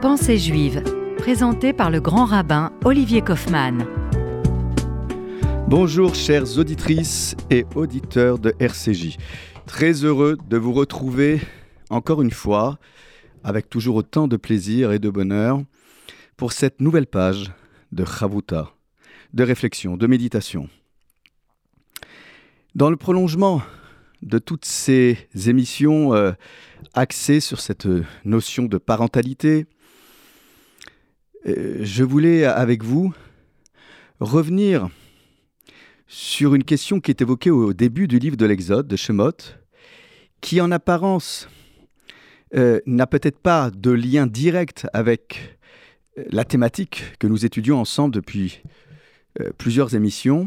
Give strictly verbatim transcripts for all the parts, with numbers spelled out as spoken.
Pensée juive, présentée par le grand rabbin Olivier Kaufmann. Bonjour chères auditrices et auditeurs de R C J. Très heureux de vous retrouver encore une fois, avec toujours autant de plaisir et de bonheur, pour cette nouvelle page de Chavouta, de réflexion, de méditation. Dans le prolongement de toutes ces émissions euh, axées sur cette notion de parentalité, euh, je voulais avec vous revenir sur une question qui est évoquée au début du livre de l'Exode, de Shemot, qui en apparence euh, n'a peut-être pas de lien direct avec la thématique que nous étudions ensemble depuis euh, plusieurs émissions.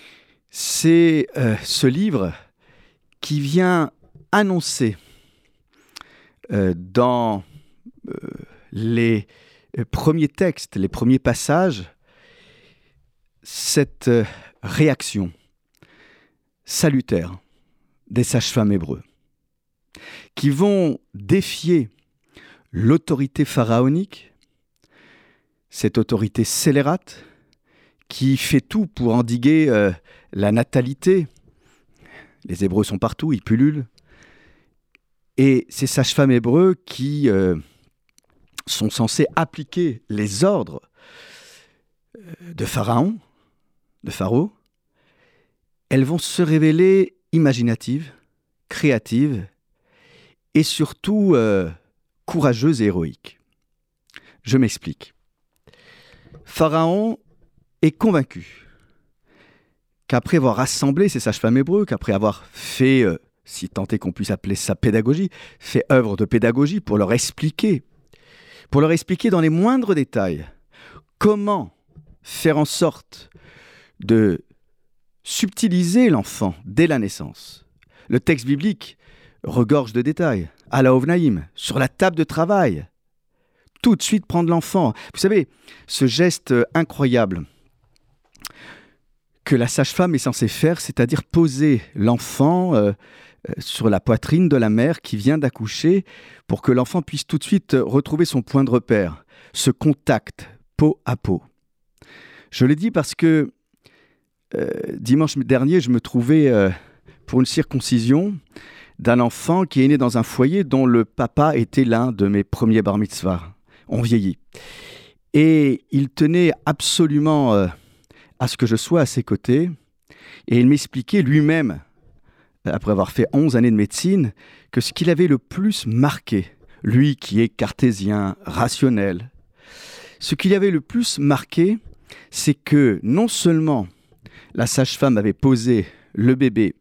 C'est euh, ce livre qui vient annoncer euh, dans euh, les premiers textes, les premiers passages, cette euh, réaction salutaire des sages-femmes hébreux qui vont défier l'autorité pharaonique, cette autorité scélérate qui fait tout pour endiguer euh, la natalité. Les Hébreux sont partout, ils pullulent. Et ces sages-femmes hébreux qui euh, sont censés appliquer les ordres de Pharaon, de Pharaon, elles vont se révéler imaginatives, créatives et surtout euh, courageuses et héroïques. Je m'explique. Pharaon est convaincu qu'après avoir rassemblé ces sages-femmes hébreux, qu'après avoir fait, euh, si tant est qu'on puisse appeler ça pédagogie, fait œuvre de pédagogie pour leur expliquer, pour leur expliquer dans les moindres détails comment faire en sorte de subtiliser l'enfant dès la naissance. Le texte biblique regorge de détails. À la Ovnaïm, sur la table de travail, tout de suite prendre l'enfant. Vous savez, ce geste incroyable que la sage-femme est censée faire, c'est-à-dire poser l'enfant euh, sur la poitrine de la mère qui vient d'accoucher pour que l'enfant puisse tout de suite retrouver son point de repère, ce contact peau à peau. Je l'ai dit parce que euh, dimanche dernier, je me trouvais euh, pour une circoncision d'un enfant qui est né dans un foyer dont le papa était l'un de mes premiers bar mitzvah. On vieillit. Et il tenait absolument euh, à ce que je sois à ses côtés. Et il m'expliquait lui-même, après avoir fait onze années de médecine, que ce qu'il avait le plus marqué, lui qui est cartésien, rationnel, ce qu'il avait le plus marqué, c'est que non seulement la sage-femme avait posé le bébé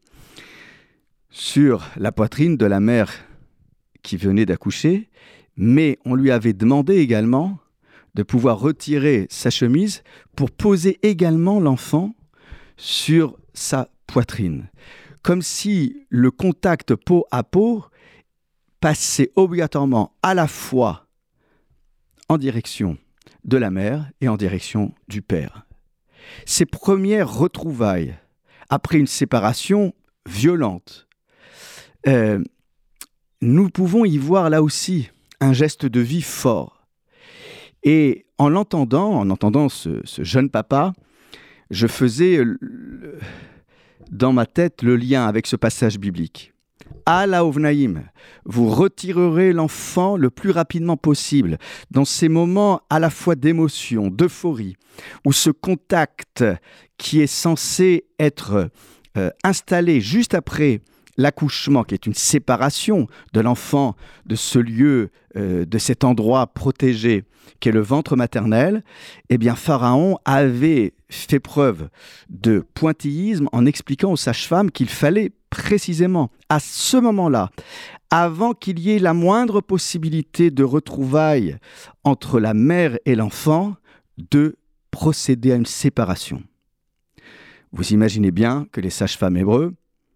sur la poitrine de la mère qui venait d'accoucher, mais on lui avait demandé également de pouvoir retirer sa chemise pour poser également l'enfant sur sa poitrine. Comme si le contact peau à peau passait obligatoirement à la fois en direction de la mère et en direction du père. Ces premières retrouvailles, après une séparation violente, euh, nous pouvons y voir là aussi un geste de vie fort. Et en l'entendant, en entendant ce, ce jeune papa, je faisais le, dans ma tête le lien avec ce passage biblique. À la Ovnaïm, vous retirerez l'enfant le plus rapidement possible dans ces moments à la fois d'émotion, d'euphorie, où ce contact qui est censé être euh, installé juste après l'accouchement, qui est une séparation de l'enfant de ce lieu, euh, de cet endroit protégé qu'est le ventre maternel, eh bien Pharaon avait fait preuve de pointillisme en expliquant aux sages-femmes qu'il fallait précisément à ce moment-là, avant qu'il y ait la moindre possibilité de retrouvailles entre la mère et l'enfant, de procéder à une séparation. Vous imaginez bien que les sages-femmes hébreux,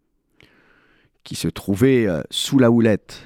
qui se trouvaient euh, sous la houlette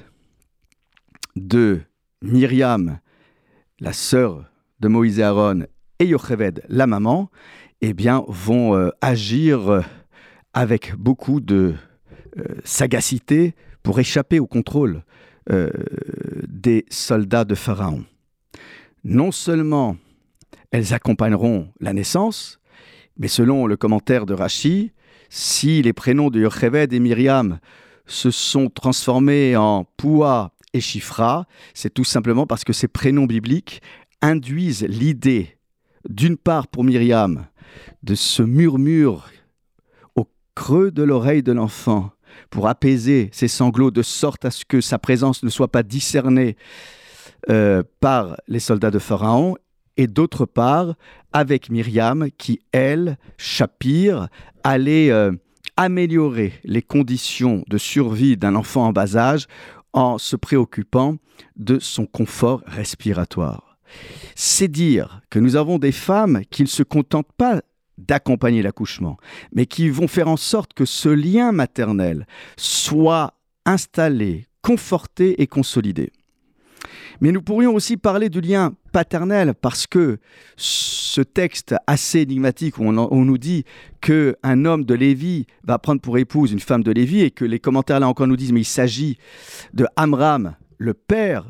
de Myriam, la sœur de Moïse et Aaron, et Yocheved, la maman, eh bien, vont euh, agir euh, avec beaucoup de euh, sagacité pour échapper au contrôle euh, des soldats de Pharaon. non seulement elles accompagneront la naissance, mais selon le commentaire de Rashi, si les prénoms de Yocheved et Myriam se sont transformés en Poua et Shifra, c'est tout simplement parce que ces prénoms bibliques induisent l'idée, d'une part pour Myriam, de ce murmure au creux de l'oreille de l'enfant pour apaiser ses sanglots de sorte à ce que sa présence ne soit pas discernée euh, par les soldats de Pharaon, et d'autre part avec Myriam qui, elle, Shapir, allait euh, améliorer les conditions de survie d'un enfant en bas âge en se préoccupant de son confort respiratoire. C'est dire que nous avons des femmes qui ne se contentent pas d'accompagner l'accouchement, mais qui vont faire en sorte que ce lien maternel soit installé, conforté et consolidé. Mais nous pourrions aussi parler du lien paternel, parce que ce texte assez énigmatique où on, en, on nous dit qu'un homme de Lévi va prendre pour épouse une femme de Lévi, et que les commentaires là encore nous disent mais il s'agit de Amram, le père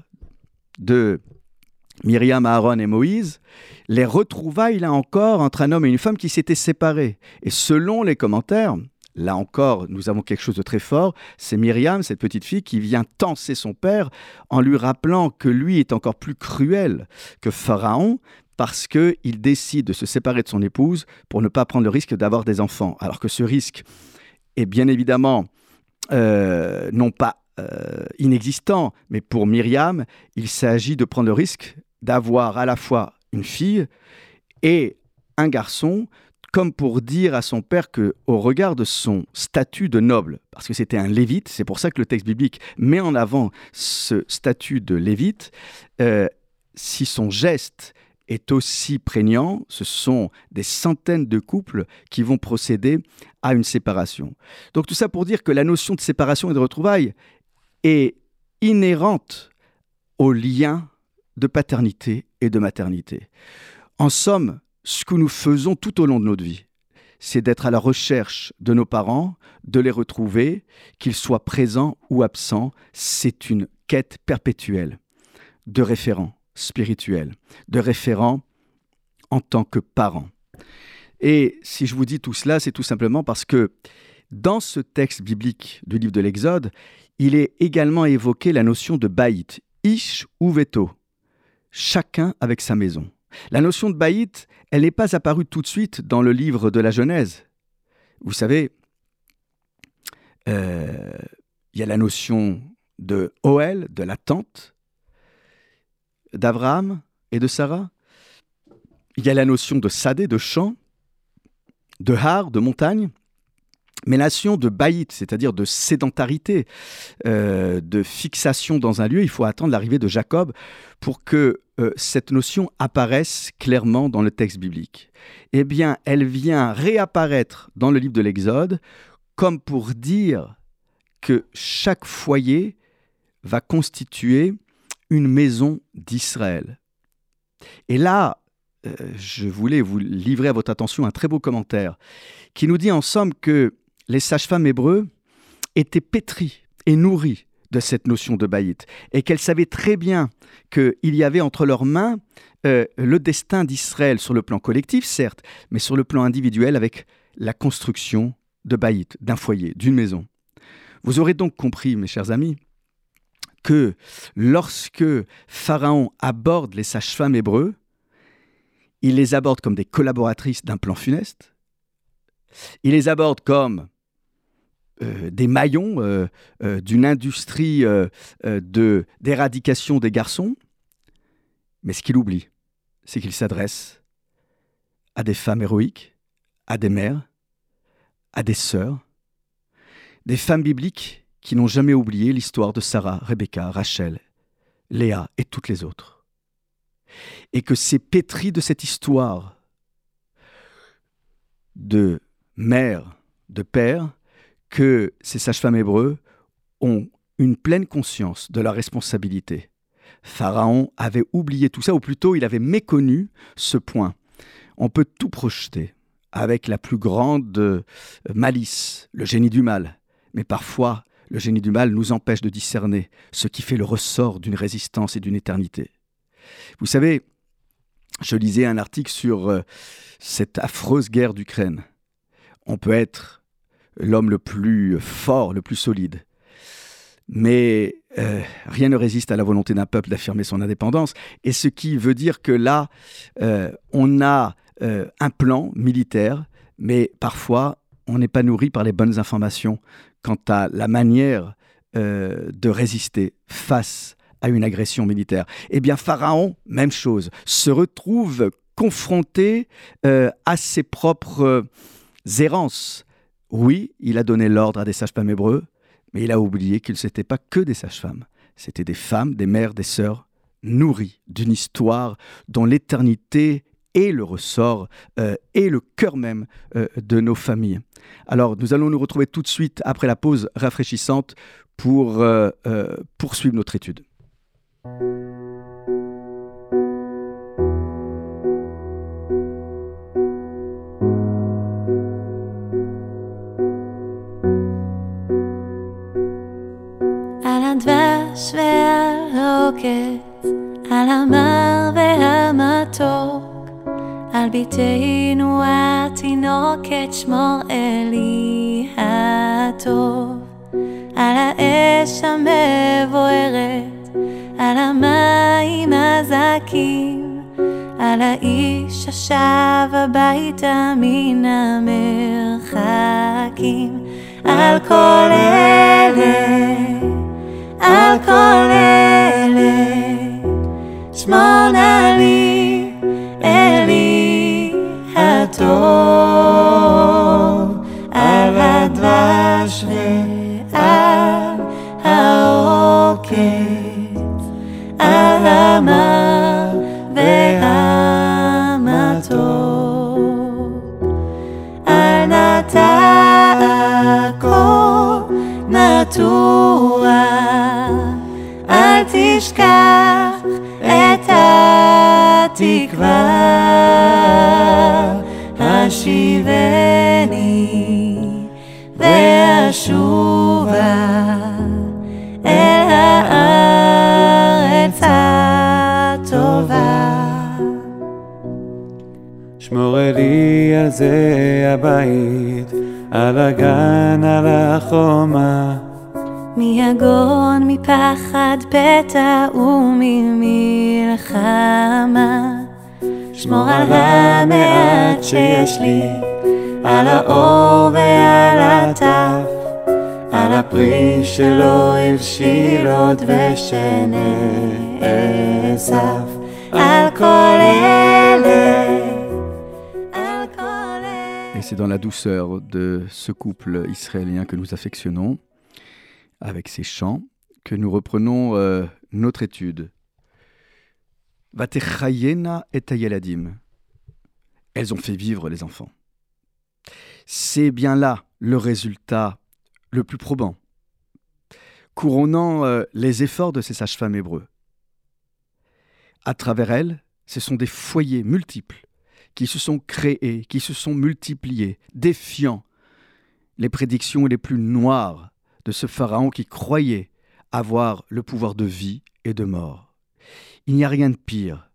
de Myriam, Aaron et Moïse, les retrouvailles là encore entre un homme et une femme qui s'étaient séparés. Et selon les commentaires, là encore, nous avons quelque chose de très fort. C'est Myriam, cette petite fille, qui vient tancer son père en lui rappelant que lui est encore plus cruel que Pharaon parce qu'il décide de se séparer de son épouse pour ne pas prendre le risque d'avoir des enfants. Alors que ce risque est bien évidemment euh, non pas euh, inexistant, mais pour Myriam, il s'agit de prendre le risque d'avoir à la fois une fille et un garçon, comme pour dire à son père qu'au regard de son statut de noble, parce que c'était un lévite, c'est pour ça que le texte biblique met en avant ce statut de lévite, euh, si son geste est aussi prégnant, ce sont des centaines de couples qui vont procéder à une séparation. Donc tout ça pour dire que la notion de séparation et de retrouvailles est inhérente au lien de paternité et de maternité. En somme, ce que nous faisons tout au long de notre vie, c'est d'être à la recherche de nos parents, de les retrouver, qu'ils soient présents ou absents. C'est une quête perpétuelle de référents spirituels, de référents en tant que parents. Et si je vous dis tout cela, c'est tout simplement parce que dans ce texte biblique du livre de l'Exode, il est également évoqué la notion de baït, ish ou veto, chacun avec sa maison. La notion de baït, elle n'est pas apparue tout de suite dans le livre de la Genèse. Vous savez, euh, il y a la notion de Ohel, de la tente, d'Abraham et de Sarah. Il y a la notion de Sadé, de champ, de Har, de montagne. Mais la notion de baït, c'est-à-dire de sédentarité, euh, de fixation dans un lieu, il faut attendre l'arrivée de Jacob pour que euh, cette notion apparaisse clairement dans le texte biblique. Eh bien, elle vient réapparaître dans le livre de l'Exode comme pour dire que chaque foyer va constituer une maison d'Israël. Et là, euh, je voulais vous livrer à votre attention un très beau commentaire qui nous dit en somme que les sages-femmes hébreux étaient pétris et nourris de cette notion de baït, et qu'elles savaient très bien qu'il y avait entre leurs mains euh, le destin d'Israël sur le plan collectif, certes, mais sur le plan individuel avec la construction de baït, d'un foyer, d'une maison. Vous aurez donc compris, mes chers amis, que lorsque Pharaon aborde les sages-femmes hébreux, il les aborde comme des collaboratrices d'un plan funeste, il les aborde comme Euh, des maillons euh, euh, d'une industrie euh, euh, de, d'éradication des garçons. Mais ce qu'il oublie, c'est qu'il s'adresse à des femmes héroïques, à des mères, à des sœurs, des femmes bibliques qui n'ont jamais oublié l'histoire de Sarah, Rebecca, Rachel, Léa et toutes les autres. Et que c'est pétri de cette histoire de mère, de père, que ces sages-femmes hébreux ont une pleine conscience de leur responsabilité. Pharaon avait oublié tout ça, ou plutôt il avait méconnu ce point. On peut tout projeter avec la plus grande malice, le génie du mal, mais parfois le génie du mal nous empêche de discerner ce qui fait le ressort d'une résistance et d'une éternité. Vous savez, je lisais un article sur euh, cette affreuse guerre d'Ukraine. On peut être l'homme le plus fort, le plus solide, mais euh, rien ne résiste à la volonté d'un peuple d'affirmer son indépendance. Et ce qui veut dire que là, euh, on a euh, un plan militaire, mais parfois, on n'est pas nourri par les bonnes informations quant à la manière euh, de résister face à une agression militaire. Eh bien, Pharaon, même chose, se retrouve confronté euh, à ses propres euh, errances. Oui, il a donné l'ordre à des sages-femmes hébreux, mais il a oublié qu'ils n'étaient pas que des sages-femmes. C'était des femmes, des mères, des sœurs, nourries d'une histoire dont l'éternité est le ressort euh, et le cœur même euh, de nos familles. Alors, nous allons nous retrouver tout de suite après la pause rafraîchissante pour euh, euh, poursuivre notre étude. על הדבש ועל העוקץ, על המר והמתוק, על ביתנו התינוקת שמור אלי הטוב, על האש המבוערת, על המים הזכים, על האיש השב הביתה מן המרחקים, על כל אלה על כל אלה שמור נא לי אלי הטוב, על הדבש ועל העוקץ, על המר והמתוק, על נטע הכל נטוע, אל תשכח את התקווה, השיבני ואשובה אל הארץ הטובה. שמור לי על זה הבית, על הגן, על החומה, מיגון, מפחד פתע וממלחמה. שמור על המעט שיש לי, על האור ועל הטף, על הפרי שלא הבשיל עוד ושנאסף, על כל אלה. Et c'est dans la douceur de ce couple israélien que nous affectionnons, avec ces chants, que nous reprenons euh, notre étude. Vatechayena et hayeladim. Elles ont fait vivre les enfants. C'est bien là le résultat le plus probant, couronnant euh, les efforts de ces sages-femmes hébreux. À travers elles, ce sont des foyers multiples qui se sont créés, qui se sont multipliés, défiant les prédictions les plus noires de ce pharaon qui croyait avoir le pouvoir de vie et de mort. Il n'y a rien de pire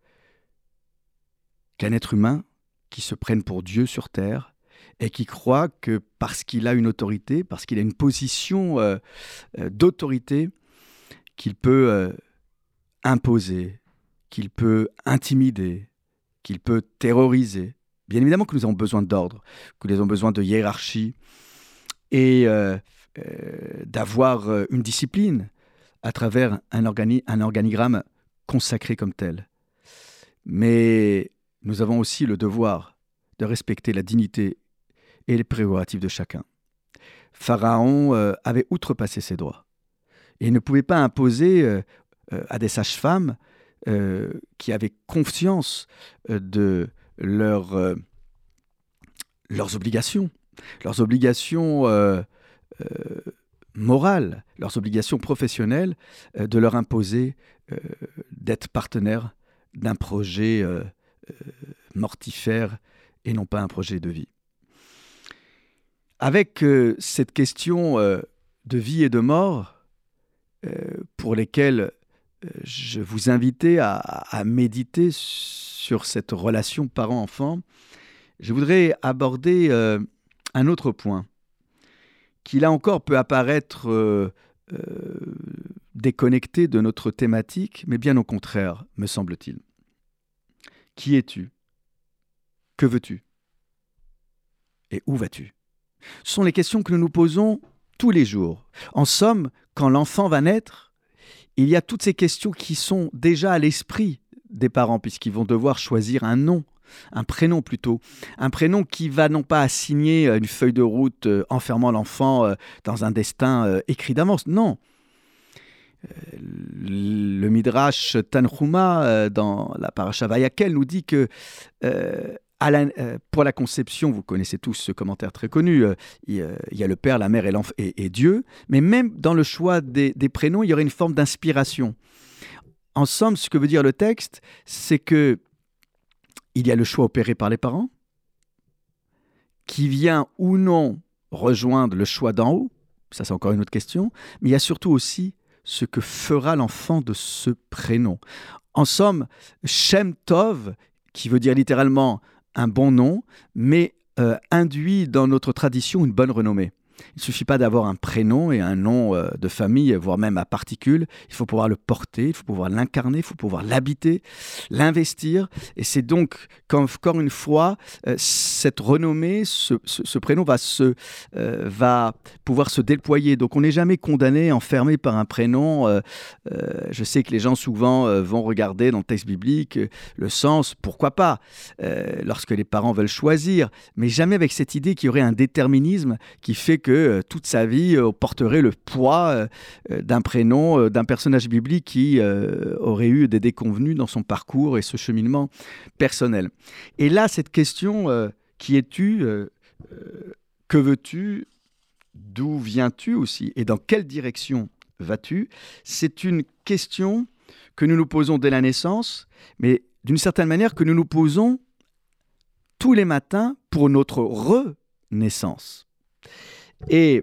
qu'un être humain qui se prenne pour Dieu sur terre et qui croit que parce qu'il a une autorité, parce qu'il a une position euh, euh, d'autorité, qu'il peut euh, imposer, qu'il peut intimider, qu'il peut terroriser. Bien évidemment que nous avons besoin d'ordre, que nous avons besoin de hiérarchie et euh, euh, d'avoir euh, une discipline à travers un, organi- un organigramme consacré comme tel. Mais nous avons aussi le devoir de respecter la dignité et les prérogatives de chacun. Pharaon euh, avait outrepassé ses droits et il ne pouvait pas imposer euh, euh, à des sages-femmes Euh, qui avaient conscience euh, de leur, euh, leurs obligations, leurs obligations euh, euh, morales, leurs obligations professionnelles, euh, de leur imposer euh, d'être partenaires d'un projet euh, euh, mortifère et non pas un projet de vie. Avec euh, cette question euh, de vie et de mort, euh, pour lesquelles je vous invitais à, à méditer sur cette relation parent-enfant, je voudrais aborder euh, un autre point qui, là encore, peut apparaître euh, euh, déconnecté de notre thématique, mais bien au contraire, me semble-t-il. Qui es-tu ? Que veux-tu ? Et où vas-tu ? Ce sont les questions que nous nous posons tous les jours. En somme, quand l'enfant va naître, il y a toutes ces questions qui sont déjà à l'esprit des parents, puisqu'ils vont devoir choisir un nom, un prénom plutôt. Un prénom qui va non pas assigner une feuille de route euh, enfermant l'enfant euh, dans un destin euh, écrit d'avance, non. Euh, le Midrash Tanhuma, euh, dans la Parasha Vayakel, nous dit que euh, À la, euh, pour la conception, vous connaissez tous ce commentaire très connu, euh, il, euh, il y a le Père, la Mère et, l'enf- et, et Dieu, mais même dans le choix des, des prénoms, il y aurait une forme d'inspiration. En somme, ce que veut dire le texte, c'est que il y a le choix opéré par les parents, qui vient ou non rejoindre le choix d'en haut, ça c'est encore une autre question, mais il y a surtout aussi ce que fera l'enfant de ce prénom. En somme, Shem Tov, qui veut dire littéralement un bon nom, mais euh, induit dans notre tradition une bonne renommée. Il ne suffit pas d'avoir un prénom et un nom euh, de famille, voire même à particules. Il faut pouvoir le porter, il faut pouvoir l'incarner, il faut pouvoir l'habiter, l'investir. Et c'est donc qu'encore une fois, euh, cette renommée, ce, ce, ce prénom va, se, euh, va pouvoir se déployer. Donc on n'est jamais condamné, enfermé par un prénom. Euh, euh, je sais que les gens souvent euh, vont regarder dans le texte biblique euh, le sens, pourquoi pas, euh, lorsque les parents veulent choisir, mais jamais avec cette idée qu'il y aurait un déterminisme qui fait que euh, toute sa vie euh, porterait le poids euh, d'un prénom, euh, d'un personnage biblique qui euh, aurait eu des déconvenues dans son parcours et ce cheminement personnel. Et là, cette question, euh, qui es-tu, euh, euh, que veux-tu, d'où viens-tu aussi, et dans quelle direction vas-tu, c'est une question que nous nous posons dès la naissance, mais d'une certaine manière que nous nous posons tous les matins pour notre renaissance. Et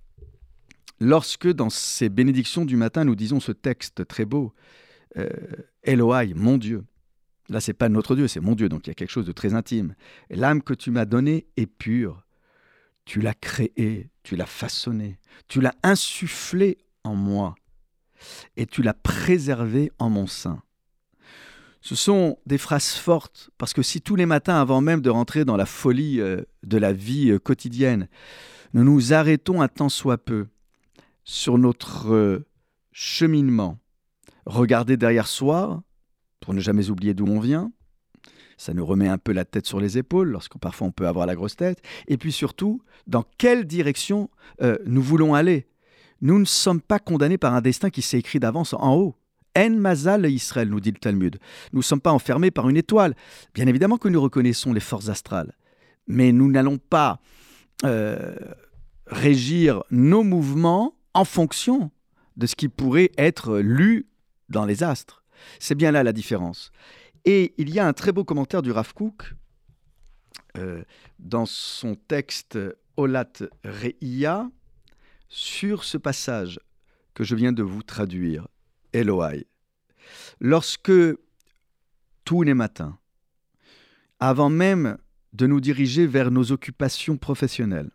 lorsque dans ces bénédictions du matin, nous disons ce texte très beau, euh, Elohai, mon Dieu, là c'est pas notre Dieu, c'est mon Dieu, donc il y a quelque chose de très intime. L'âme que tu m'as donnée est pure, tu l'as créée, tu l'as façonnée, tu l'as insufflée en moi et tu l'as préservée en mon sein. Ce sont des phrases fortes, parce que si tous les matins, avant même de rentrer dans la folie euh, de la vie euh, quotidienne, nous nous arrêtons un tant soit peu sur notre euh, cheminement, regarder derrière soi, pour ne jamais oublier d'où on vient, ça nous remet un peu la tête sur les épaules, lorsque parfois on peut avoir la grosse tête, et puis surtout, dans quelle direction euh, nous voulons aller. Nous ne sommes pas condamnés par un destin qui s'est écrit d'avance en haut. En mazal Israël, nous dit le Talmud. Nous ne sommes pas enfermés par une étoile. Bien évidemment que nous reconnaissons les forces astrales, mais nous n'allons pas euh, régir nos mouvements en fonction de ce qui pourrait être lu dans les astres. C'est bien là la différence. Et il y a un très beau commentaire du Rav Kook euh, dans son texte Olat Re'ia sur ce passage que je viens de vous traduire. Elohai. Lorsque tous les matins, avant même de nous diriger vers nos occupations professionnelles,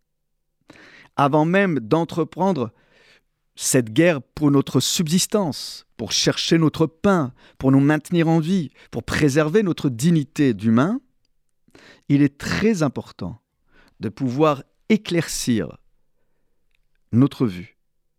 avant même d'entreprendre cette guerre pour notre subsistance, pour chercher notre pain, pour nous maintenir en vie, pour préserver notre dignité d'humain, il est très important de pouvoir éclaircir notre vue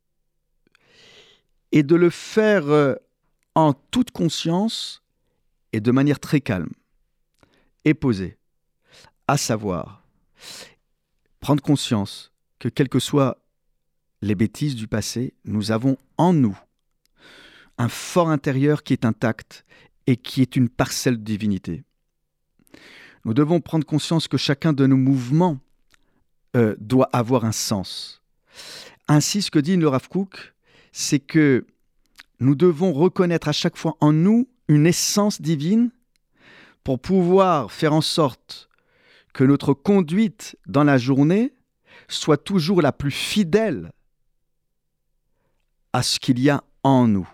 et de le faire en toute conscience et de manière très calme et posée, à savoir prendre conscience que quelles que soient les bêtises du passé, nous avons en nous un fort intérieur qui est intact et qui est une parcelle de divinité. Nous devons prendre conscience que chacun de nos mouvements euh, doit avoir un sens. Ainsi, ce que dit le Rav Kook, c'est que nous devons reconnaître à chaque fois en nous une essence divine pour pouvoir faire en sorte que notre conduite dans la journée soit toujours la plus fidèle à ce qu'il y a en nous.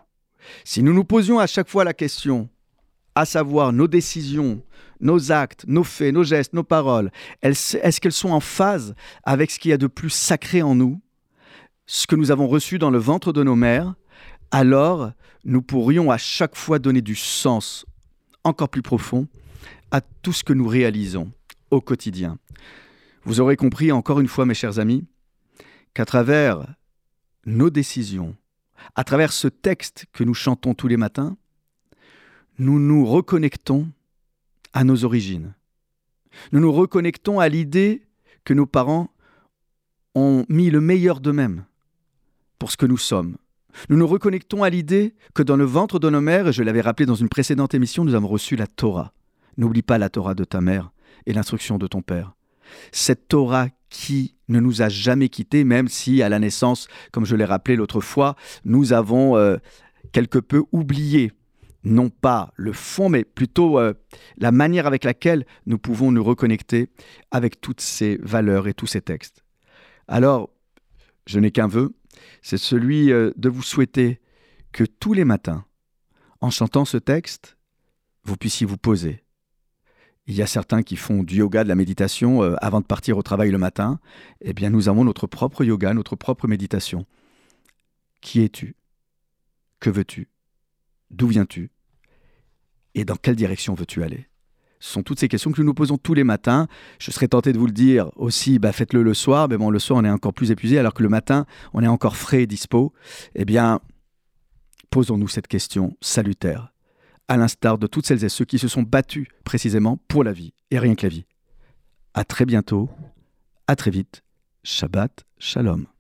Si nous nous posions à chaque fois la question, à savoir nos décisions, nos actes, nos faits, nos gestes, nos paroles, est-ce qu'elles sont en phase avec ce qu'il y a de plus sacré en nous, ce que nous avons reçu dans le ventre de nos mères, alors nous pourrions à chaque fois donner du sens encore plus profond à tout ce que nous réalisons au quotidien. Vous aurez compris encore une fois, mes chers amis, qu'à travers nos décisions, à travers ce texte que nous chantons tous les matins, nous nous reconnectons à nos origines. Nous nous reconnectons à l'idée que nos parents ont mis le meilleur d'eux-mêmes pour ce que nous sommes. Nous nous reconnectons à l'idée que dans le ventre de nos mères, et je l'avais rappelé dans une précédente émission, nous avons reçu la Torah. N'oublie pas la Torah de ta mère et l'instruction de ton père. Cette Torah qui ne nous a jamais quittés, même si à la naissance, comme je l'ai rappelé l'autre fois, nous avons euh, quelque peu oublié, non pas le fond, mais plutôt euh, la manière avec laquelle nous pouvons nous reconnecter avec toutes ces valeurs et tous ces textes. Alors, je n'ai qu'un vœu, c'est celui euh, de vous souhaiter que tous les matins, en chantant ce texte, vous puissiez vous poser. Il y a certains qui font du yoga, de la méditation euh, avant de partir au travail le matin. Eh bien, nous avons notre propre yoga, notre propre méditation. Qui es-tu ? Que veux-tu ? D'où viens-tu ? Et dans quelle direction veux-tu aller ? Ce sont toutes ces questions que nous nous posons tous les matins. Je serais tenté de vous le dire aussi, bah faites-le le soir. Mais bon, le soir, on est encore plus épuisé, alors que le matin, on est encore frais et dispo. Eh bien, posons-nous cette question salutaire, à l'instar de toutes celles et ceux qui se sont battus précisément pour la vie, et rien que la vie. À très bientôt, à très vite. Shabbat Shalom.